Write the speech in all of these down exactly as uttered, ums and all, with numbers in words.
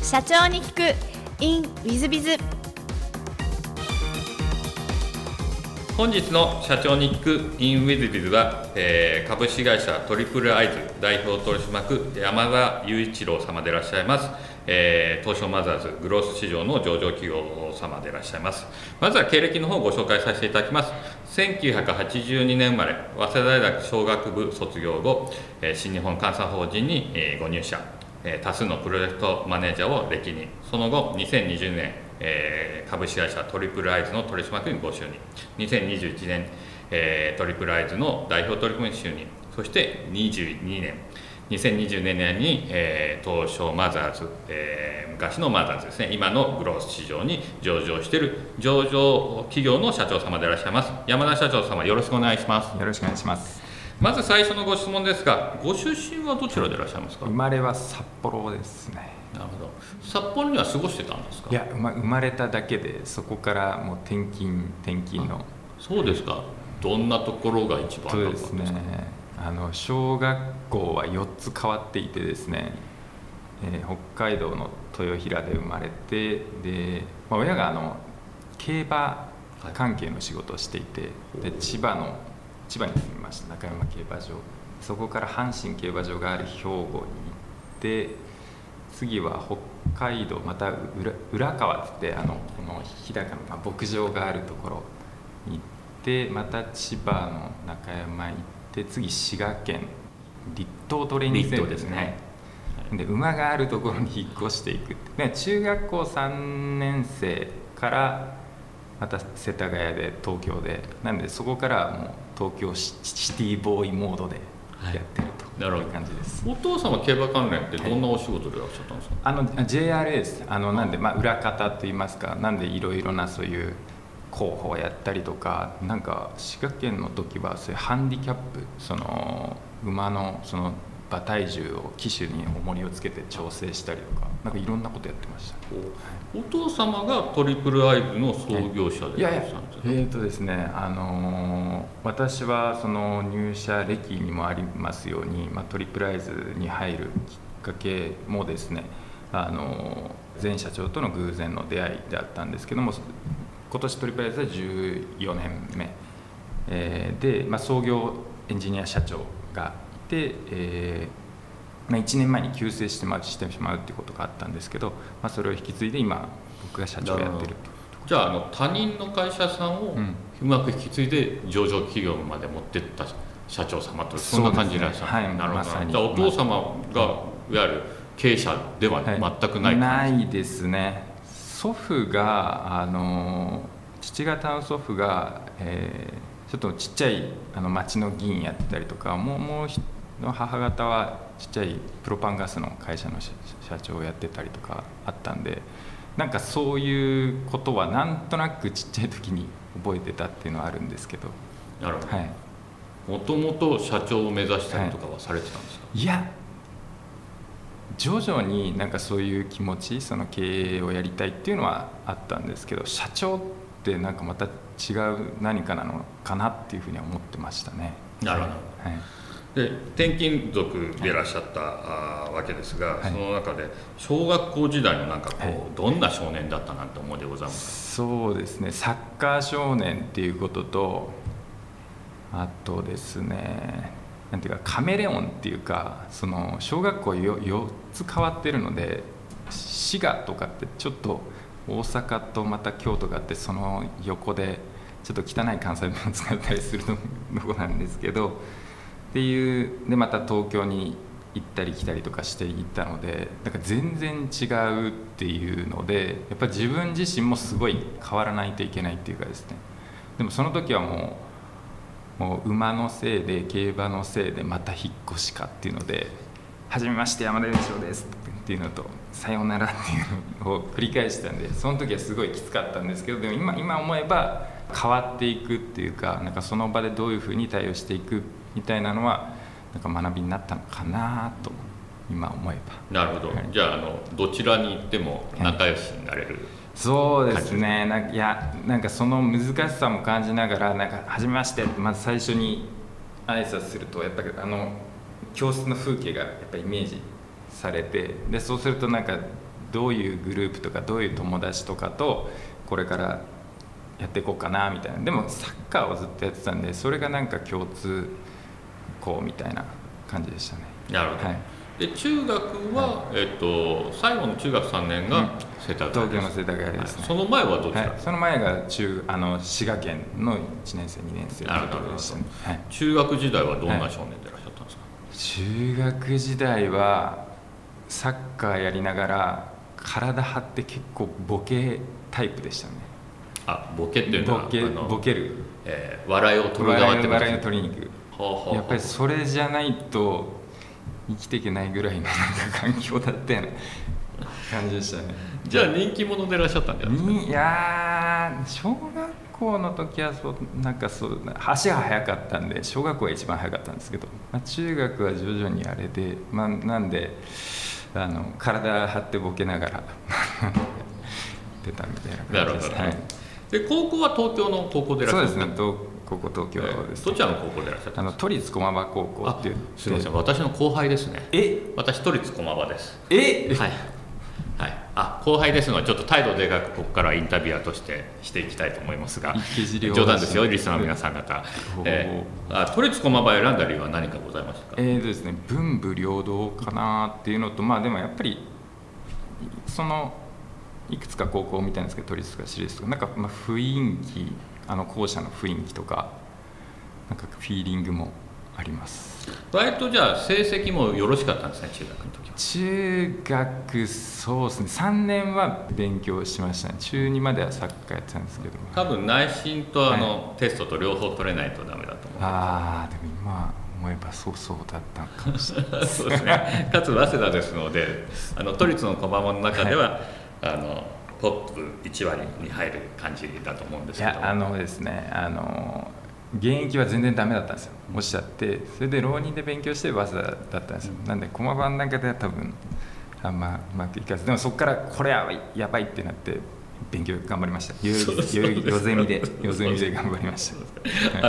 社長に聞く in ウィズビズ。 本日の社長に聞く in ウィズビズは、えー、株式会社トリプルアイズ代表取締役山田雄一郎様でいらっしゃいます。えー、東証マザーズグロース市場の上場企業様でいらっしゃいます。まずは経歴の方をご紹介させていただきます。せんきゅうひゃくはちじゅうにねん生まれ、早稲田大学商学部卒業後、えー、新日本監査法人に、えー、ご入社、えー、多数のプロジェクトマネージャーを歴任。その後にせんにじゅうねん、えー、株式会社トリプルアイズの取締役にご就任、にせんにじゅういちねん、えー、トリプルアイズの代表取締役に就任、そしてにじゅうにねんにせんにじゅうねんに、えー、東証マザーズ、えー、昔のマザーズですね、今のグロース市場に上場している上場企業の社長様でいらっしゃいます山田社長様、よろしくお願いします。 よろしくお願いします。 まず最初のご質問ですが、ご出身はどちらでいらっしゃいますか？ 生まれは札幌ですね。 なるほど。札幌には過ごしてたんですか？ いや、ま、生まれただけで、そこからもう転勤転勤の。 そうですか。どんなところが一番だったんですか？そうですね、 あの小学校はよっつ変わっていてですね、えー、北海道の豊平で生まれて、で、まあ、親があの競馬関係の仕事をしていて、はい、で千葉の千葉に住みました。中山競馬場、そこから阪神競馬場がある兵庫に行って、次は北海道、また 浦, 浦川ってあのこの日高の、まあ、牧場があるところに行って、また千葉の中山行って、次滋賀県立東トレーニングセンターですね。で、馬があるところに引っ越していく。で、中学校さんねん生からまた世田谷で東京で、なのでそこからもう東京シティボーイモードでやってるという感じです。 はい、お父様競馬関連ってどんなお仕事でいらっしゃったんですか？ あの ジェイアールエー です。あのなんで、まあ、裏方といいますか、なんでいろいろなそういう広報をやったりとか、なんか滋賀県の時はそういうハンディキャップ、その馬のその馬体重を騎手に重りをつけて調整したりとか、なんかいろんなことやってました。 お, お父様がトリプルアイズの創業者でいらっしゃるんですか？ えーとですね、あのー、私はその入社歴にもありますように、まあ、トリプルアイズに入るきっかけもですね、あのー、前社長との偶然の出会いであったんですけども、今年トリプルアイズはじゅうよねんめ、えー、で、まあ、創業エンジニア社長がいて、えーまあ、いちねんまえに急逝してしてしまうっていうことがあったんですけど、まあ、それを引き継いで今僕が社長をやってる。 じゃあ、あの他人の会社さんをうまく引き継いで上場企業まで持っていった社長様と、そんな感じでいらっしゃる。 はい、 なるほど。 まさに。 じゃあお父様がいわゆる経営者では全くない、 はい、ないですね。祖父があの父方の祖父が、えー、ちょっとちっちゃいあの町の議員やってたりとか、もうもうの母方はちっちゃいプロパンガスの会社の社長をやってたりとかあったんで、なんかそういうことはなんとなくちっちゃい時に覚えてたっていうのはあるんですけど。 なるほど。 はい。 もともと社長を目指したりとかはされてたんですか？ はい、いや、徐々になんかそういう気持ち、その経営をやりたいっていうのはあったんですけど、社長ってなんかまた違う何かなのかなっていうふうには思ってましたね。 なるほど。はい、で転勤族でいらっしゃった、はい、わけですが、はい、その中で小学校時代のなんかこう、はい、どんな少年だったなんて思いでございますか？ そうですね、サッカー少年っていうことと、あとですね、なんていうかカメレオンっていうか、その小学校 4, よっつ変わってるので、滋賀とかってちょっと大阪とまた京都があって、その横でちょっと汚い関西弁を使ったりするとこなんですけどっていうで、また東京に行ったり来たりとかしていったので、なんか全然違うっていうので、やっぱり自分自身もすごい変わらないといけないっていうかですね。でもその時はもうもう馬のせいで競馬のせいでまた引っ越しかっていうので、はじめまして山田裕一郎ですっていうのとさようならっていうのを繰り返したんで、その時はすごいきつかったんですけど、でも 今, 今思えば変わっていくっていうか、なんかその場でどういうふうに対応していくみたいなのはなんか学びになったのかなと今思えば。なるほど、はい、じゃあ、 あのどちらに行っても仲良しになれる、はい、 そうですね。なんかいやなんかその難しさも感じながら、なんか初めましてってまず最初に挨拶すると、やっぱりあの教室の風景がやっぱりイメージされて、でそうするとなんかどういうグループとかどういう友達とかとこれからやっていこうかなみたいな。でもサッカーをずっとやってたんで、それがなんか共通項みたいな感じでしたね。 なるほど、 はい、 で中学は、はい、えっと、最後の中学さんねんが世田谷です、 東京の世田谷ですね、 はい、その前はどちら、はい、 その前が中あの滋賀県のいちねん生にねん生というところでしたね、はい、 中学時代はどんな少年でいらっしゃったんですか？ はい、中学時代はサッカーやりながら体張って結構ボケタイプでしたね。 あ、ボケっていうのはボケ、ボケる、 えー、笑いを取る側ってことですね。 笑いを取りに行く、ほうほうほう、やっぱりそれじゃないと生きていけないぐらいのなんか環境だったような感じでしたね。 じゃあ人気者でいらっしゃったんじゃないですか？ いやー、小学校の時はそうなんかそう足が速かったんで小学校が一番速かったんですけど、まあ、中学は徐々にあれで、まあ、なんであの体張ってボケながら出たみたいな感じです。 なるほど、はい、で高校は東京の高校でいらっしゃるんですか？ そうですね、高校東京です、 ね、どちらの高校でいらっしゃったんですか？あの都立駒場高校っていう。 すみません、私の後輩ですね。 え、 私都立駒場です。 え、 はい、はい、あ、後輩ですのでちょっと態度でかくここからはインタビュアーとしてしていきたいと思いますが、冗談ですよリスナーの皆さん方、えー、あ都立駒場を選んだ理由は何かございましたか？ えーとですね、文武両道かなっていうのと、まあでもやっぱりそのいくつか高校みたいなんですけど、都立とか私立とかなんかまあ雰囲気、あの校舎の雰囲気とかなんかフィーリングもあります。 割とじゃあ成績もよろしかったんですね、中学の時は。 中学、そうですね、さんねんは勉強しましたね。中にまではサッカーやってたんですけど、 多分内申とあの、はい、テストと両方取れないとダメだと思う。 ああ、でも今思えばそうそうだったかもしれないそうですね。かつ早稲田ですので、あの都立の駒場の中では、はい、あのトップいち割に入る感じだと思うんですけど。いや、あのですね、あの現役は全然ダメだったんですよ。落ちちゃって、それで浪人で勉強して早稲田だったんですよ。なんで駒場の中では多分あんまうまくいかず、でもそこからこれはやばいってなって勉強頑張りました。夜ゼミで夜ゼミで頑張りました。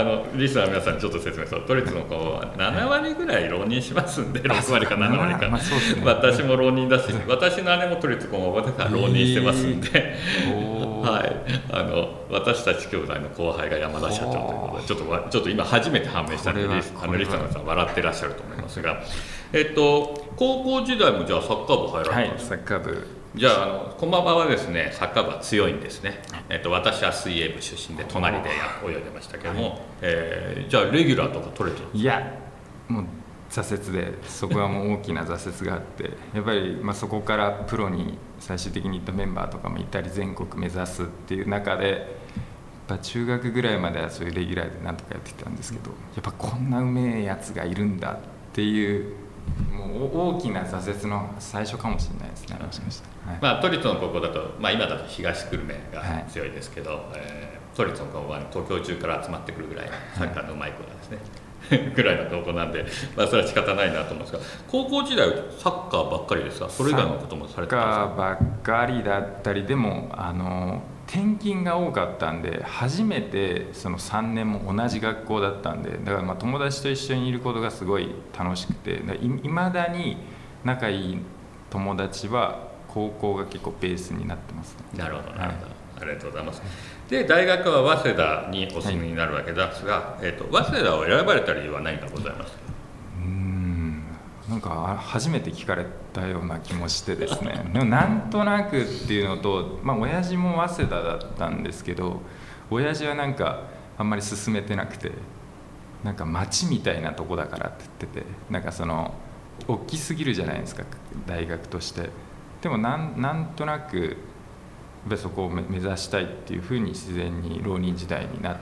あのリスナーの皆さんにちょっと説明すると、都立の子はなな割ぐらい浪人しますんで、ろく割かなな割か、まあそうですね、私も浪人だし、私の姉も都立駒場で浪人してますんで、えー、はい、あの私たち兄弟の後輩が山田社長ということで、ちょっとちょっと今初めて判明したので、リスナーの皆さん笑ってらっしゃると思いますが、えっと高校時代もじゃあサッカー部入られたんですか？ はい、サッカー部。 じゃあ、あの駒場はですね、サッカー部は強いんですね。えっと、私は水泳部出身で隣で泳いでましたけども、はい、えー、じゃあレギュラーとか取れてるんですか？ いや、もう挫折で、そこはもう大きな挫折があってやっぱりまあそこからプロに最終的に行ったメンバーとかもいたり、全国目指すっていう中で、やっぱ中学ぐらいまではそういうレギュラーでなんとかやってきたんですけど、やっぱこんなうめえやつがいるんだっていう、もう大きな挫折の最初かもしれないですね。もしかしたら、はい、 まあ、都立の高校だと、まあ、今だと東久留米が強いですけど、はい、えー、都立の高校は東京中から集まってくるぐらいサッカーのうまい子がですね、はい、ぐらいの高校なんで、まあ、それは仕方ないなと思うんですが、高校時代はサッカーばっかりですが、それ以外のこともされてたんですか？ サッカーばっかりだったり、でもあの転勤が多かったんで、初めてそのさんねんも同じ学校だったんで、だからまあ友達と一緒にいることがすごい楽しくて、いまだに仲いい友達は高校が結構ベースになってますね。 なるほど、なるほど、はい、ありがとうございます。で大学は早稲田にお住みになるわけですが、はい、えーと、早稲田を選ばれた理由は何かございますか？ うーん、なんか初めて聞かれたような気もしてですねでもなんとなくっていうのと、まあ親父も早稲田だったんですけど、親父はなんかあんまり進めてなくて、なんか町みたいなとこだからって言ってて、なんかその大きすぎるじゃないですか大学として。でもなん、なんとなくやっぱりそこを目指したいっていうふうに自然に浪人時代になって、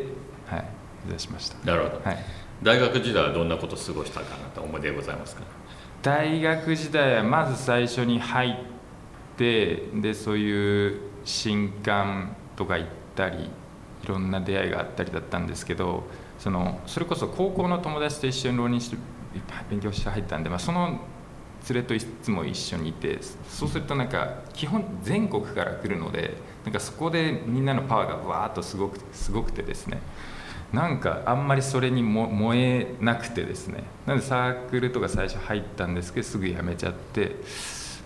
はい、目指しました。 なるほど、 はい、 大学時代はどんなことを過ごしたかなと思い出ございますか？ 大学時代はまず最初に入って、でそういう新歓とか行ったり、いろんな出会いがあったりだったんですけど、そのそれこそ高校の友達と一緒に浪人して勉強して入ったんで、まあ、その連れといつも一緒にいて、そうするとなんか基本全国から来るので、なんかそこでみんなのパワーがわーっとすごくすごくてですね、なんかあんまりそれにも燃えなくてですね、なのでサークルとか最初入ったんですけどすぐ辞めちゃって、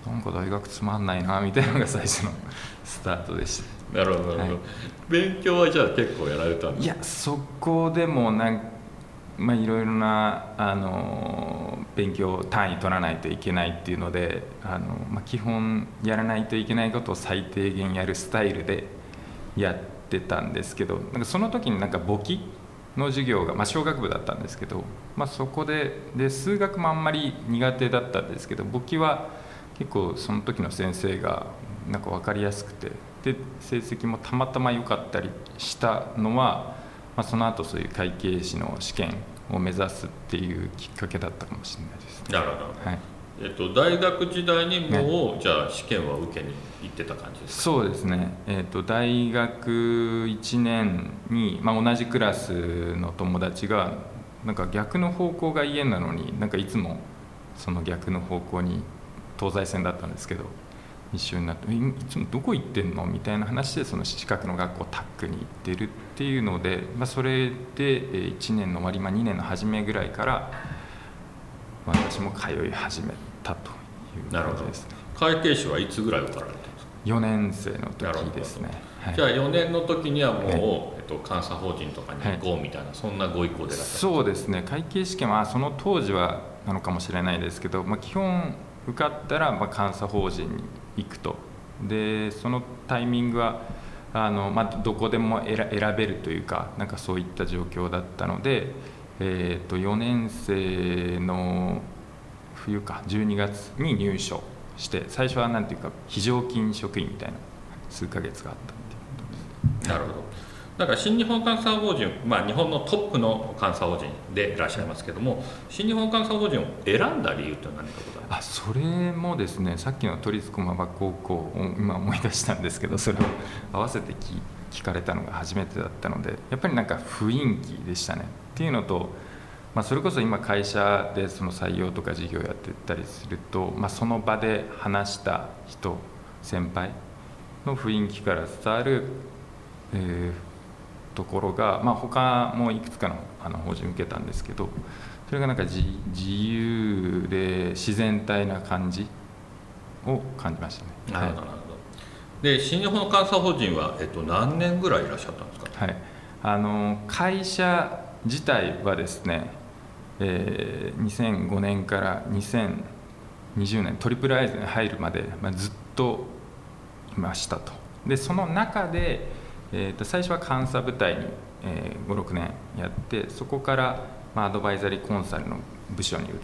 なんか大学つまんないなみたいなのが最初のスタートでした。 なるほどなるほど、 はい、 勉強はじゃあ結構やられたんですか？ いやそこでもなんまあいろいろなあの勉強単位取らないといけないっていうのであの、まあ、基本やらないといけないことを最低限やるスタイルでやってたんですけど、なんかその時になんか簿記の授業が、まあ、小学部だったんですけど、まあ、そこで、で数学もあんまり苦手だったんですけど、簿記は結構その時の先生がなんか分かりやすくて、で成績もたまたま良かったりしたのは、まあ、その後そういう会計士の試験を目指すっていうきっかけだったかもしれないです、 ね。なるほど、 はいえっと、大学時代にもう、ね、じゃあ試験は受けに行ってた感じですか？ そうですね、えっと、大学いちねんに、まあ、同じクラスの友達がなんか逆の方向が家なのになんかいつもその逆の方向に東西線だったんですけど一緒になっていつもどこ行ってんのみたいな話でその近くの学校タックに行ってるっていうので、まあ、それでいちねんの終わり、まあ、にねんの初めぐらいから私も通い始めたという感じですね。 会計士はいつぐらい受かられたんですか？ よねん生の時ですね、 はい、じゃあよねんの時にはもう、 はい、 えっと、監査法人とかに行こうみたいな、はい、そんなご意向でいらっしゃるんですか？ そうですね、会計試験はその当時はなのかもしれないですけど、まあ、基本受かったらまあ監査法人に行くと。でそのタイミングはあの、まあ、どこでも選べるというか、なんかそういった状況だったので、えー、とよねん生の冬かじゅうにがつに入所して、最初はなんていうか非常勤職員みたいな数ヶ月があったっていうことです。 なるほど。だから新日本監査法人、まあ、日本のトップの監査法人でいらっしゃいますけども、新日本監査法人を選んだ理由って何かございますか？ あそれもですね、さっきの都立駒場高校を今思い出したんですけど、それを合わせて 聞, 聞かれたのが初めてだったので、やっぱりなんか雰囲気でしたねっていうのと、まあ、それこそ今会社でその採用とか事業やってたりすると、まあ、その場で話した人先輩の雰囲気から伝わる、えー、ところが、まあ、他もいくつか の, あの法人受けたんですけど、それがなんか 自, 自由で自然体な感じを感じましたね。 なるほど、なるほど。で新日本監査法人は、えっと、何年ぐらいいらっしゃったんですか？ はい、あの会社自体はですね、えー、にせんごねんからにせんにじゅうねんトリプルアイズに入るまで、まあ、ずっといましたと。でその中で、えー、と最初は監査部隊に、えー、ごろくねんやって、そこから、まあ、アドバイザリーコンサルの部署に移って、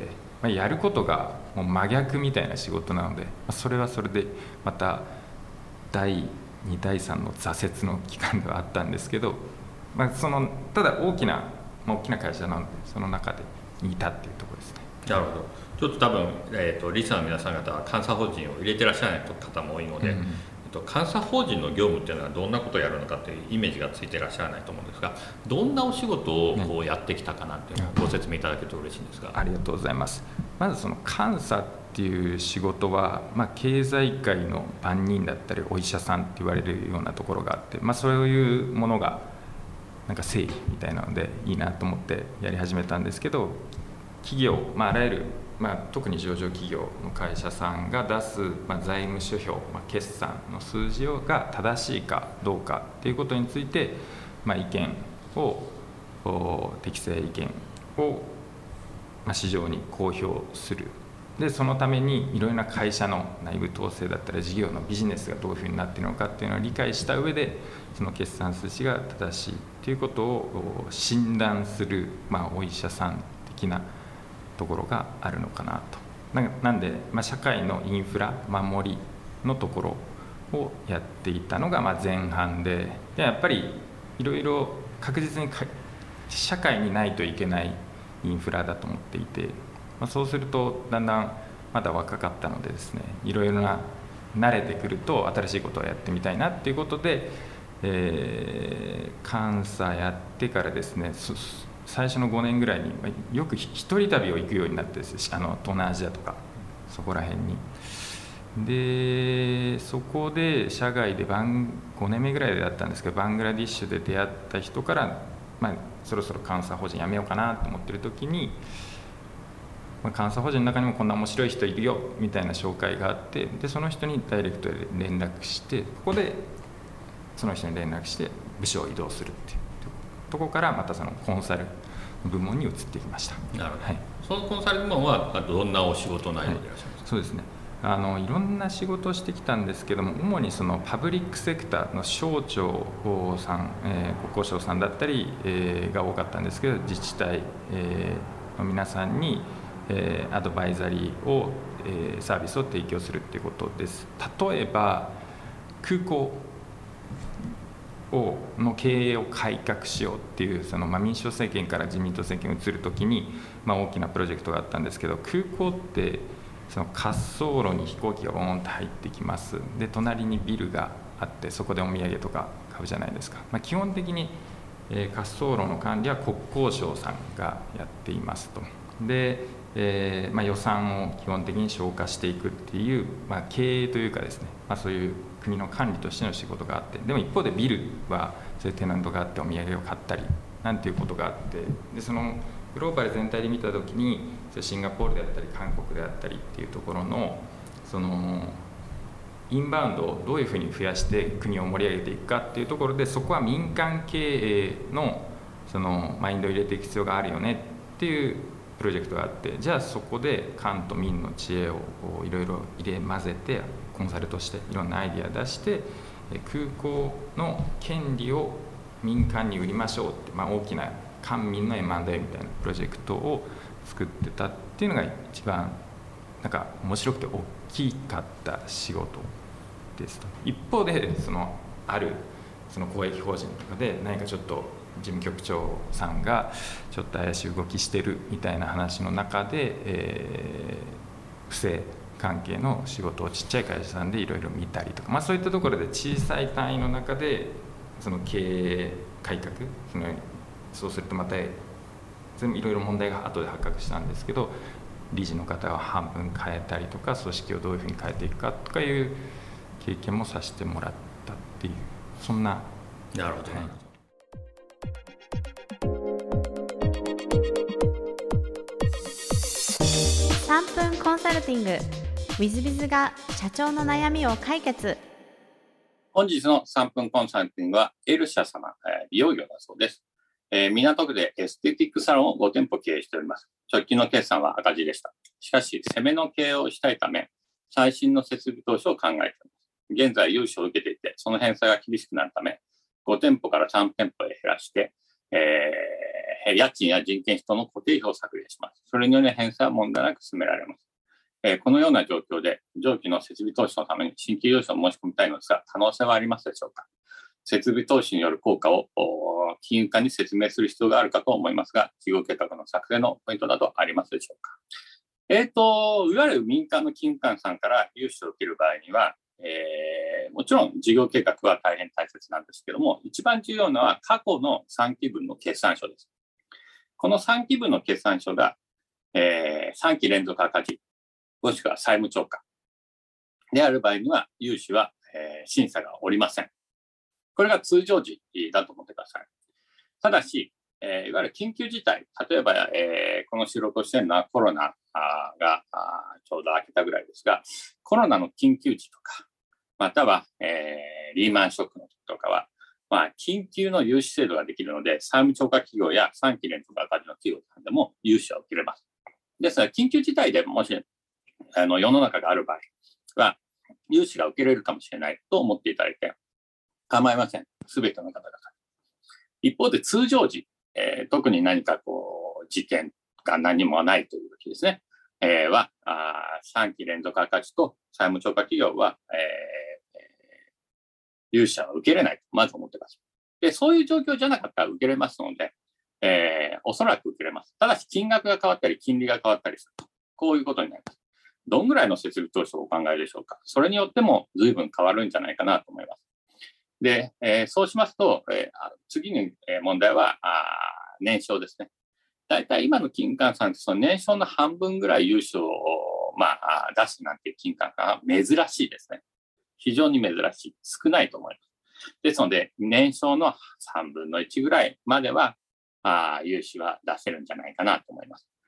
まあ、やることがもう真逆みたいな仕事なので、まあ、それはそれでまただいにだいさんの挫折の期間ではあったんですけど、まあ、そのただ大きなまあ、大きな会社なのでその中でにいたっていうところですね。 なるほど。ちょっと多分、えー、とリスナーの皆さん方は監査法人を入れてらっしゃらない方も多いので、うん、えっと、監査法人の業務っていうのはどんなことをやるのかというイメージがついてらっしゃらないと思うんですが、どんなお仕事をこうやってきたかなっていうのをご説明いただけると嬉しいんですが。 ありがとうございます。まずその監査っていう仕事は、まあ、経済界の番人だったりお医者さんって言われるようなところがあって、まあ、そういうものがなんか正義みたいなのでいいなと思ってやり始めたんですけど、企業、まあ、あらゆる、まあ、特に上場企業の会社さんが出す、まあ、財務諸表、まあ、決算の数字が正しいかどうかっていうことについて、まあ、意見を適正意見を、まあ、市場に公表する。でそのためにいろいろな会社の内部統制だったり事業のビジネスがどういうふうになっているのかっていうのを理解した上で、その決算数値が正しいということを診断する、まあ、お医者さん的なところがあるのかなと。な, なんで、まあ、社会のインフラ守りのところをやっていたのがまあ前半 で, でやっぱりいろいろ確実に社会にないといけないインフラだと思っていて、まあ、そうするとだんだんまだ若かったのでですね、いろいろな慣れてくると新しいことをやってみたいなっていうことで、えー、監査やってからですね、最初のごねんぐらいによく一人旅を行くようになってですね、あの東南アジアとかそこら辺に。でそこで社外でバンごねんめぐらいだったんですけど、バングラディッシュで出会った人から、まあ、そろそろ監査法人やめようかなと思ってる時に、 まあ、監査法人の中にもこんな面白い人いるよみたいな紹介があって、でその人にダイレクトで連絡して、ここでその人に連絡して部署を移動するっていうところからまたそのコンサル部門に移ってきました。 なるほど、 はい、 そのコンサル部門はどんなお仕事内容でいらっしゃいますか？ はい、そうですね、あのいろんな仕事をしてきたんですけども、主にそのパブリックセクターの省庁さん、えー、国交省さんだったり、えー、が多かったんですけど、自治体、えー、の皆さんに、えー、アドバイザリーを、えー、サービスを提供するということです。例えば空港をの経営を改革しようっていう、その、まあ、民主党政権から自民党政権に移るときに、まあ、大きなプロジェクトがあったんですけど、空港ってその滑走路に飛行機がボーンと入ってきます。で隣にビルがあって、そこでお土産とか買うじゃないですか。まあ、基本的に、えー、滑走路の管理は国交省さんがやっていますと。で、えーまあ、予算を基本的に消化していくっていう、まあ、経営というかですね、まあ、そういう国の管理としての仕事があって、でも一方でビルはそういうテナントがあってお土産を買ったりなんていうことがあって、でそのグローバル全体で見たときに、シンガポールであったり韓国であったりっていうところのそのインバウンドをどういうふうに増やして国を盛り上げていくかっていうところで、そこは民間経営のそのマインドを入れていく必要があるよねっていうプロジェクトがあって、じゃあそこで官と民の知恵をいろいろ入れ混ぜてコンサルとしていろんなアイディア出して、空港の権利を民間に売りましょうって、まあ、大きな官民の エムアンドエー みたいなプロジェクトを作ってたっていうのが一番なんか面白くて大きかった仕事ですと。一方でそのあるその公益法人とかで何かちょっと事務局長さんがちょっと怪しい動きしてるみたいな話の中で、えー、不正関係の仕事をちっちゃい会社さんでいろいろ見たりとか、まあ、そういったところで小さい単位の中でその経営改革、そのそうするとまた全部いろいろ問題が後で発覚したんですけど、理事の方を半分変えたりとか、組織をどういうふうに変えていくかとかいう経験もさせてもらったっていう、そんな。 なるほど、はい、 さんぷんコンサルティング ウィズビズ が社長の悩みを解決。 本日のさんぷんコンサルティングはエルシャ様、えー、美容業だそうです。えー、港区でエステティックサロンをご店舗経営しております。直近の決算は赤字でした。しかし、攻めの経営をしたいため、最新の設備投資を考えています。現在、融資を受けていて、その返済が厳しくなるため、ご店舗からさん店舗へ減らして、えー、家賃や人件費との固定費を削減します。それにより返済は問題なく進められます。えー、このような状況で、上記の設備投資のために新規融資を申し込みたいのですが、可能性はありますでしょうか？設備投資による効果を金融機関に説明する必要があるかと思いますが、事業計画の作成のポイントなどありますでしょうか？えーと、いわゆる民間の金融機関さんから融資を受ける場合には、えー、もちろん事業計画は大変大切なんですけども、一番重要なのは過去のさんきぶんの決算書です。このさんきぶんの決算書が、えー、さんき連続赤字、もしくは債務超過である場合には、融資は、えー、審査がおりません。これが通常時だと思ってください。ただし、えー、いわゆる緊急事態、例えば、えー、この収録をしているのはコロナがちょうど明けたぐらいですが、コロナの緊急時とか、または、えー、リーマンショックの時とかは、まあ、緊急の融資制度ができるので、債務超過企業やさんき連続赤字の企業さんでも融資は受けれます。ですが、緊急事態でもしあの世の中がある場合は、融資が受けれるかもしれないと思っていただいて構いません。すべての方々。一方で通常時、えー、特に何かこう事件が何もないという時ですね、えー、はあさんき連続赤字と債務超過企業は、えー、融資は受けれないとまず思ってます。で、そういう状況じゃなかったら受けれますので、えー、おそらく受けれます。ただし金額が変わったり金利が変わったりすると、こういうことになります。どんぐらいの設備投資をお考えでしょうか。それによっても随分変わるんじゃないかなと思います。で、えー、そうしますと、えー、次に問題はあ年商ですね。だいたい今の金管さんってその年商の半分ぐらい融資を、まあ、出すなんていう金管が珍しいですね。非常に珍しい。少ないと思います。ですので、年商のさんぶんのいちぐらいまではあ融資は出せるんじゃないかなと思います。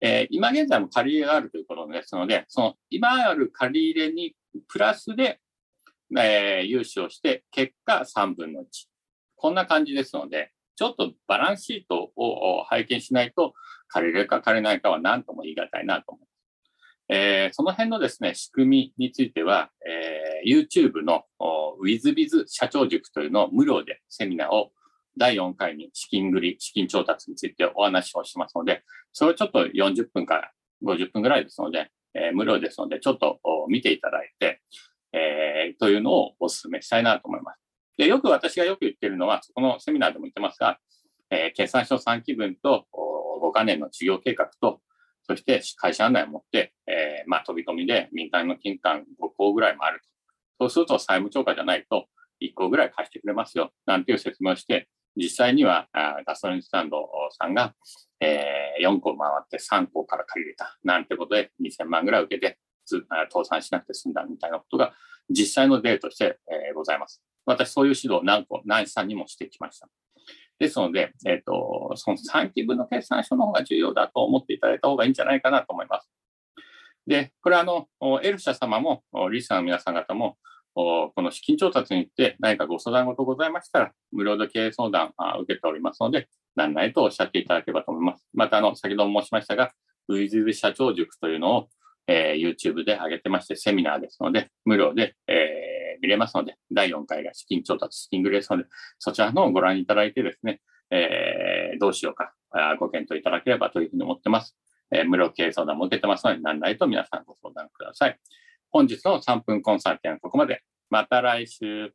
えー、今現在も借り入れがあるということですので、その今ある借り入れにプラスで、えー、融資をして、結果さんぶんのいち。こんな感じですので、ちょっとバランスシートを拝見しないと、借りれるか借りれないかは何とも言い難いなと思います。えー、その辺のですね、仕組みについては、えー、YouTube の WithBiz 社長塾というのを無料でセミナーをだいよんかいに資金繰り、資金調達についてお話をしますので、それをちょっとよんじゅっぷんからごじゅっぷんぐらいですので、えー、無料ですので、ちょっと見ていただいて、えー、というのをお勧めしたいなと思います。で、よく私がよく言っているのは、そこのセミナーでも言ってますが、えー、決算書さんきぶんとごかねんの事業計画と、そして会社案内を持って、えー、まあ飛び込みで民間の金管ごこうぐらいもあると。そうすると債務超過じゃないといっこぐらい貸してくれますよ、なんていう説明をして、実際にはガソリンスタンドさんが、えー、よんこ回ってさんこから借りれた、なんてことでにせんまんぐらい受けて、倒産しなくて済んだみたいなことが実際の例として、えー、ございます。私、そういう指導を何個、何社にもしてきました。ですので、えっと、そのさんきぶんの決算書の方が重要だと思っていただいた方がいいんじゃないかなと思います。で、これはあの、L 社様も、リスナーの皆さん方も、この資金調達に行って何かご相談事ございましたら、無料で経営相談を受けておりますので、何々とおっしゃっていただければと思います。また、あの、先ほども申しましたが、WithBiz 社長塾というのを、えー、YouTube で上げてまして、セミナーですので、無料で、えー見れますので、だいよんかいが資金調達、資金繰りですので、そちらのをご覧いただいてですね、えー、どうしようか、ご検討いただければというふうに思ってます。えー、無料経営相談も受けてますので、何々と皆さんご相談ください。本日のさんぷんコンサルティングはここまで。また来週。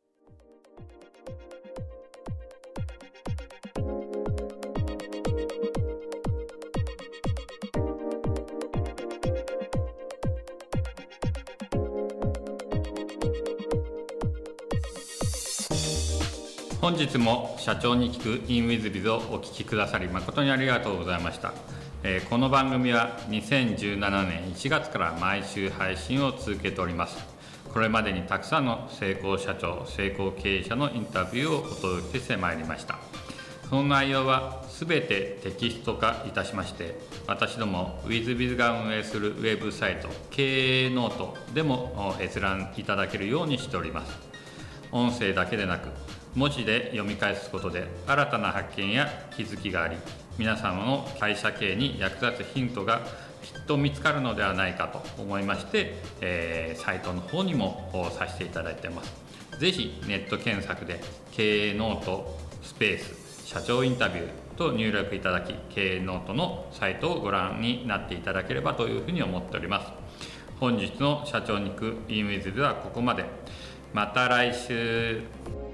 本日も社長に聞く In WithBiz をお聞きくださり誠にありがとうございました。えー、この番組はにせんじゅうななねんいちがつから毎週配信を続けております。これまでにたくさんの成功社長、成功経営者のインタビューをお届けしてまいりました。その内容はすべてテキスト化いたしまして、私ども WithBiz が運営するウェブサイト経営ノートでも閲覧いただけるようにしております。音声だけでなく文字で読み返すことで新たな発見や気づきがあり、皆様の会社経営に役立つヒントがきっと見つかるのではないかと思いまして、えー、サイトの方にもさせていただいています。ぜひネット検索で経営ノートスペース社長インタビューと入力いただき、経営ノートのサイトをご覧になっていただければというふうに思っております。本日の社長に行く In WithBiz はここまで。また来週。